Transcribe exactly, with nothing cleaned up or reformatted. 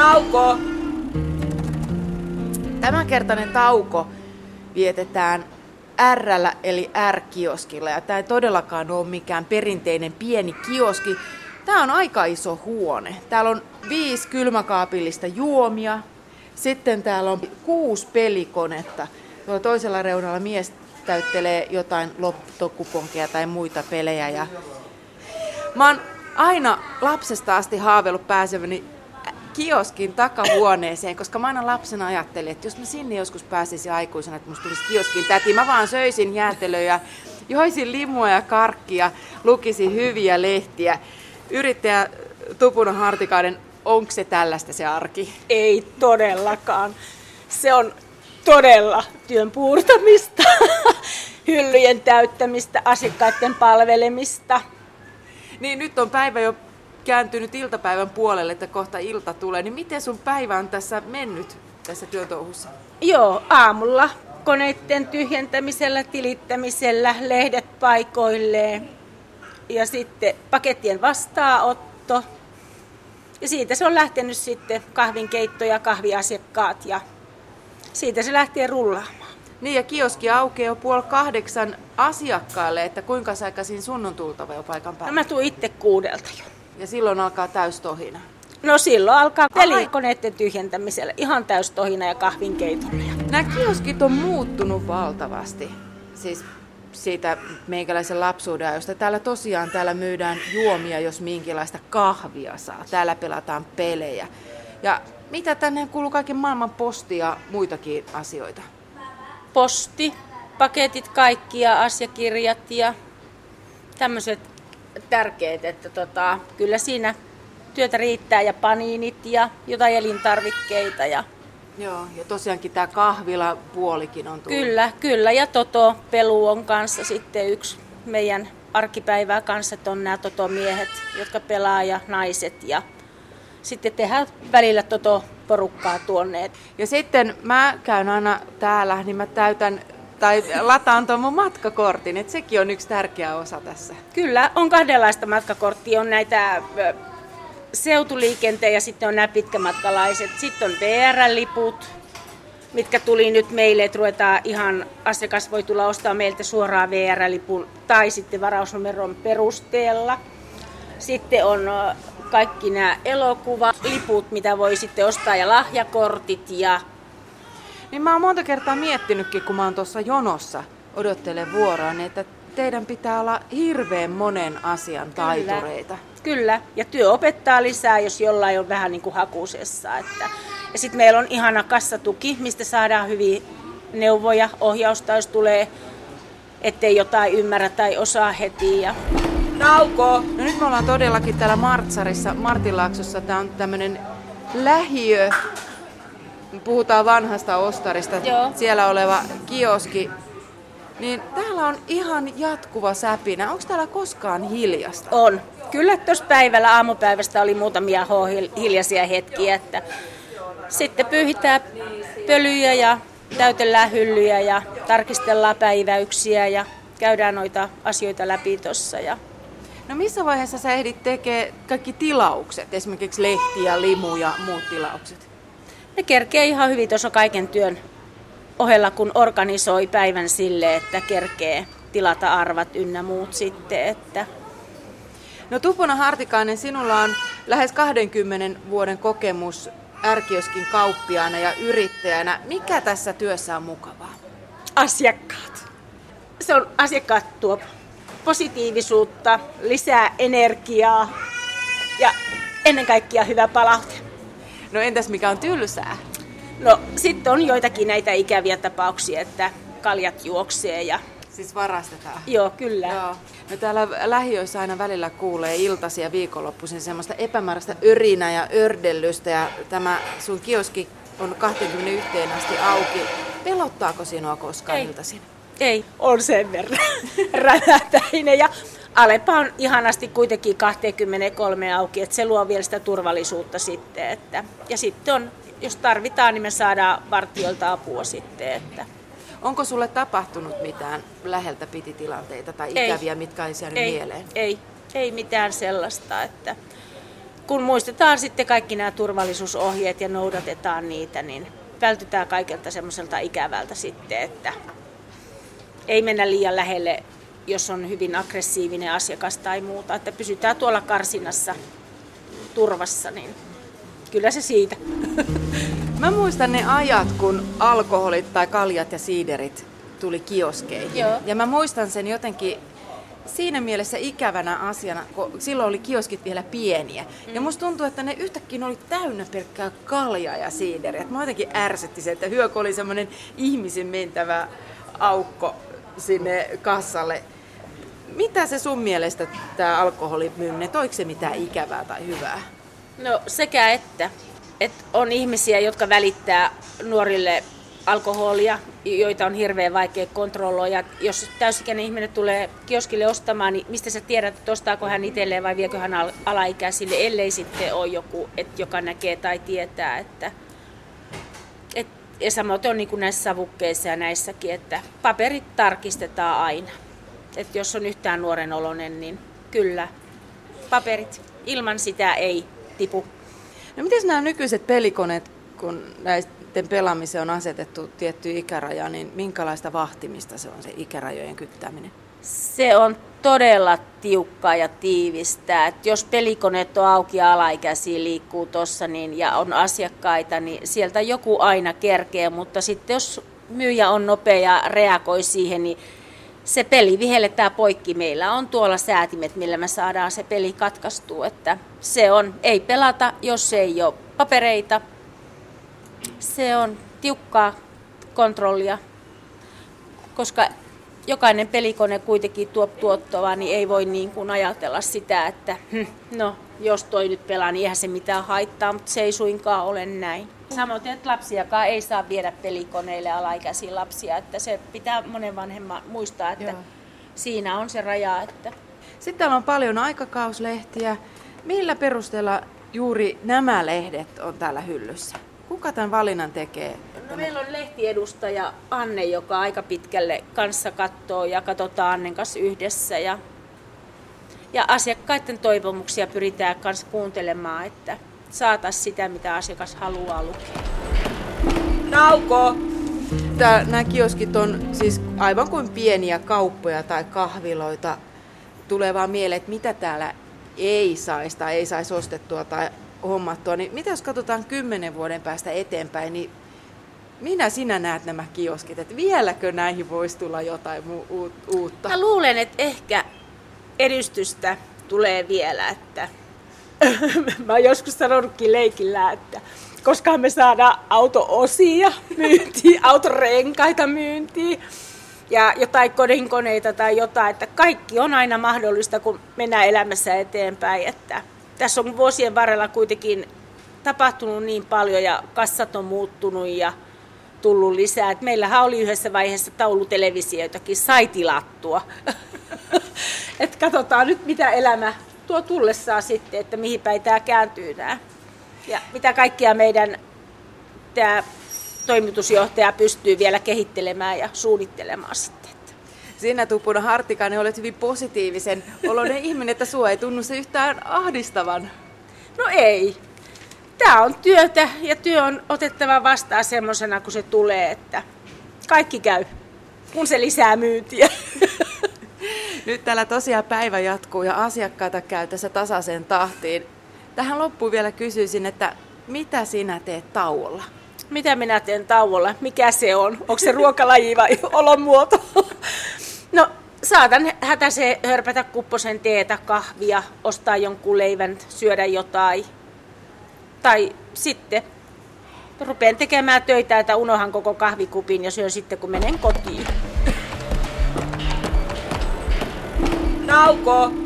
Tauko! Tämänkertainen tauko vietetään R:llä eli R-kioskilla. Ja tämä ei todellakaan ole mikään perinteinen pieni kioski. Tämä on aika iso huone. Täällä on viisi kylmäkaapillista juomia. Sitten täällä on kuusi pelikonetta. Tuolla toisella reunalla mies täyttelee jotain lottokuponkeja tai muita pelejä. Ja mä oon aina lapsesta asti haaveillut pääseväni kioskin takahuoneeseen, koska mä aina lapsena ajattelin, että jos mä sinne joskus pääsisin aikuisena, että musta tulisi kioskin täti, mä vaan söisin jäätelöä, joisin limua ja karkkia, lukisin hyviä lehtiä. Yrittäjä Tupuno Hartikainen, onko se tällaista se arki? Ei todellakaan. Se on todella työn puurtamista, hyllyjen täyttämistä, asiakkaiden palvelemista. Niin nyt on päivä jo kääntynyt iltapäivän puolelle, että kohta ilta tulee, niin miten sun päivä on tässä mennyt tässä työtouhussa? Joo, aamulla koneiden tyhjentämisellä, tilittämisellä, lehdet paikoilleen ja sitten pakettien vastaanotto. Ja siitä se on lähtenyt sitten kahvinkeitto ja kahviasiakkaat ja siitä se lähtee rullaamaan. Niin ja kioski aukeaa jo puoli kahdeksan asiakkaalle, että kuinka aikaisin sun on tultava jo paikan päälle? No mä tuun itse kuudelta jo. Ja silloin alkaa täystohina? No silloin alkaa pelikoneiden tyhjentämisellä ihan täystohina ja kahvinkeitolla. Nämä kioskit on muuttunut valtavasti. Siis siitä meikäläisen lapsuuden ajoista. Täällä tosiaan täällä myydään juomia, jos minkälaista kahvia saa. Täällä pelataan pelejä. Ja mitä tänne kuuluu kaiken maailman posti ja muitakin asioita? Posti, paketit kaikki ja asiakirjat ja tämmöiset tärkeät, että tota, kyllä siinä työtä riittää ja paniinit ja jotain elintarvikkeita. Ja joo, ja tosiaankin tämä kahvilapuolikin on tullut. Kyllä, kyllä. Ja Toto Pelu on kanssa sitten yksi meidän arkipäivää kanssa, että on nämä Toto-miehet, jotka pelaa ja naiset. Ja sitten tehdään välillä Toto-porukkaa tuonne. Ja sitten mä käyn aina täällä, niin mä täytän tai lataan tuon mun matkakortin, että sekin on yksi tärkeä osa tässä. Kyllä, on kahdenlaista matkakorttia. On näitä seutuliikenteen ja sitten on nämä pitkämatkalaiset. Sitten on V R-liput, mitkä tuli nyt meille, että ruvetaan ihan, asiakas voi tulla ostaa meiltä suoraan V R-lipun tai sitten varausnumeron perusteella. Sitten on kaikki nämä elokuvaliput, mitä voi sitten ostaa ja lahjakortit. Ja niin mä oon monta kertaa miettinytkin, kun mä oon tuossa jonossa odottelen vuoroa, että teidän pitää olla hirveän monen asian taitureita. Kyllä, kyllä. Ja työ opettaa lisää, jos jollain on vähän niin kuin hakusessa. Että. Ja sitten meillä on ihana kassatuki, mistä saadaan hyviä neuvoja, ohjausta, jos tulee, ettei jotain ymmärrä tai osaa heti. Ja Tauko! No nyt me ollaan todellakin täällä Martsarissa, Martinlaaksossa. Tää on tämmönen lähiö. Puhutaan vanhasta ostarista, joo. Siellä oleva kioski. Niin täällä on ihan jatkuva säpinä. Onko täällä koskaan hiljasta? On. Kyllä tuossa päivällä, aamupäivästä oli muutamia hiljaisia hetkiä. Että sitten pyyhitään pölyjä ja täytellään hyllyjä ja tarkistellaan päiväyksiä ja käydään noita asioita läpi tuossa. Ja no missä vaiheessa sä ehdit tekemään kaikki tilaukset, esimerkiksi lehtiä, limu ja muut tilaukset? Ne kerkee ihan hyvin tuossa kaiken työn ohella, kun organisoi päivän sille, että kerkee tilata arvat ynnä muut sitten. Että no Tupuno Hartikainen, sinulla on lähes kahdenkymmenen vuoden kokemus R-kioskin kauppiaana ja yrittäjänä. Mikä tässä työssä on mukavaa? Asiakkaat. Se on asiakkaat tuo positiivisuutta, lisää energiaa ja ennen kaikkea hyvä palaute. No entäs mikä on tylsää? No sitten on joitakin näitä ikäviä tapauksia, että kaljat juoksee ja siis varastetaan? Joo, kyllä. Joo. No täällä lähiöissä aina välillä kuulee iltaisin ja viikonloppuisin semmoista epämääräistä örinää ja ördellystä ja tämä sun kioski on kaksikymmentäyksi asti auki. Pelottaako sinua koskaan Ei. iltaisin? Ei, on sen verran räjähtäinen ja Alepa on ihanasti kuitenkin kaksikymmentäkolme auki, että se luo vielä sitä turvallisuutta sitten. Että, ja sitten on, jos tarvitaan, niin me saadaan vartijoilta apua sitten. Että. Onko sulle tapahtunut mitään läheltä piti tilanteita tai ei. ikäviä, mitkä olisi jäänyt ei. mieleen? Ei, ei mitään sellaista. Että kun muistetaan sitten kaikki nämä turvallisuusohjeet ja noudatetaan niitä, niin vältytään kaikelta semmoiselta ikävältä sitten, että ei mennä liian lähelle, jos on hyvin aggressiivinen asiakas tai muuta, että pysytään tuolla karsinassa turvassa, niin kyllä se siitä. Mä muistan ne ajat, kun alkoholit tai kaljat ja siiderit tuli kioskeihin. Joo. Ja mä muistan sen jotenkin siinä mielessä ikävänä asiana, kun silloin oli kioskit vielä pieniä. Mm. Ja musta tuntuu, että ne yhtäkkiä oli täynnä pelkkää kaljaa ja siideriä. Mä jotenkin ärsytti se, että hyökö oli semmoinen ihmisen mentävä aukko sinne kassalle. Mitä se sun mielestä tämä alkoholimyynnin, toiko se mitään ikävää tai hyvää? No sekä että. että on ihmisiä, jotka välittää nuorille alkoholia, joita on hirveän vaikea kontrolloida. Jos täysikäinen ihminen tulee kioskille ostamaan, niin mistä sä tiedät, että ostaako hän itselleen vai viekö hän alaikäisille, ellei sitten ole joku, et, joka näkee tai tietää. Että, et, ja samoin on niin kuin näissä savukkeissa ja näissäkin, että paperit tarkistetaan aina. Et jos on yhtään nuoren oloinen, niin kyllä, paperit. Ilman sitä ei tipu. No miten nämä nykyiset pelikoneet, kun näiden pelaamiseen on asetettu tietty ikäraja, niin minkälaista vahtimista se on se ikärajojen kyttäminen? Se on todella tiukkaa ja tiivistä. Et jos pelikoneet on auki ja alaikäisiä liikkuu tuossa niin, ja on asiakkaita, niin sieltä joku aina kerkee, mutta sitten jos myyjä on nopea ja reagoi siihen, niin se peli vihelletään poikki. Meillä on tuolla säätimet, millä me saadaan se peli katkaistua. Että se on, ei pelata, jos ei ole papereita. Se on tiukkaa kontrollia, koska jokainen pelikone kuitenkin tuo tuottoa, niin ei voi niin kuin ajatella sitä, että hm, no, jos toi nyt pelaa, niin eihän se mitään haittaa, mutta se ei suinkaan ole näin. Samoin, että lapsiakaan ei saa viedä pelikoneille alaikäisiä lapsia, että se pitää monen vanhemman muistaa, että Joo. siinä on se raja. Että... Sitten täällä on paljon aikakauslehtiä. Millä perusteella juuri nämä lehdet on täällä hyllyssä? Kuka tämän valinnan tekee? No, meillä on lehtiedustaja Anne, joka aika pitkälle kanssa katsoo ja katsotaan Annen kanssa yhdessä. Ja, ja asiakkaiden toivomuksia pyritään kanssa kuuntelemaan, että saataisiin sitä, mitä asiakas haluaa lukea. Nauko! Tää, nämä kioskit on siis aivan kuin pieniä kauppoja tai kahviloita. Tulee vaan mieleen, että mitä täällä ei saisi tai ei saisi ostettua tai hommattua. Niin mitä jos katsotaan kymmenen vuoden päästä eteenpäin, niin minä sinä näet nämä kioskit, että vieläkö näihin voisi tulla jotain muu- uutta? Mä luulen, että ehkä edistystä tulee vielä, että mä oon joskus sanonutkin leikillä, että koska me saadaan auto-osia myyntiin, autorenkaita myyntiin ja jotain kodinkoneita tai jotain, että kaikki on aina mahdollista, kun mennään elämässä eteenpäin. Että tässä on vuosien varrella kuitenkin tapahtunut niin paljon ja kassat on muuttunut ja tullut lisää. Et meillähän oli yhdessä vaiheessa taulutelevisioitakin, sai tilattua. Et katsotaan nyt, mitä elämä tuo tullessaan sitten, että mihin päin tämä kääntyy nämä. Ja mitä kaikkia meidän tämä toimitusjohtaja pystyy vielä kehittelemään ja suunnittelemaan sitten. Sinä Tuppuna Hartikainen olet hyvin positiivisen oloinen ihminen, että sinua ei tunnu se yhtään ahdistavan. No ei. Tämä on työtä ja työ on otettava vastaan semmoisena, kun se tulee, että kaikki käy, kun se lisää myyntiä. Nyt täällä tosiaan päivä jatkuu ja asiakkaita käy tässä tasaiseen tahtiin. Tähän loppuun vielä kysyisin, että mitä sinä teet tauolla? Mitä minä teen tauolla? Mikä se on? Onko se ruokalaji vai olomuoto? No, saatan hätäiseen hörpätä kupposen teetä, kahvia, ostaa jonkun leivän, syödä jotain. Tai sitten rupean tekemään töitä, että unohan koko kahvikupin ja syön sitten, kun menen kotiin. Nauko!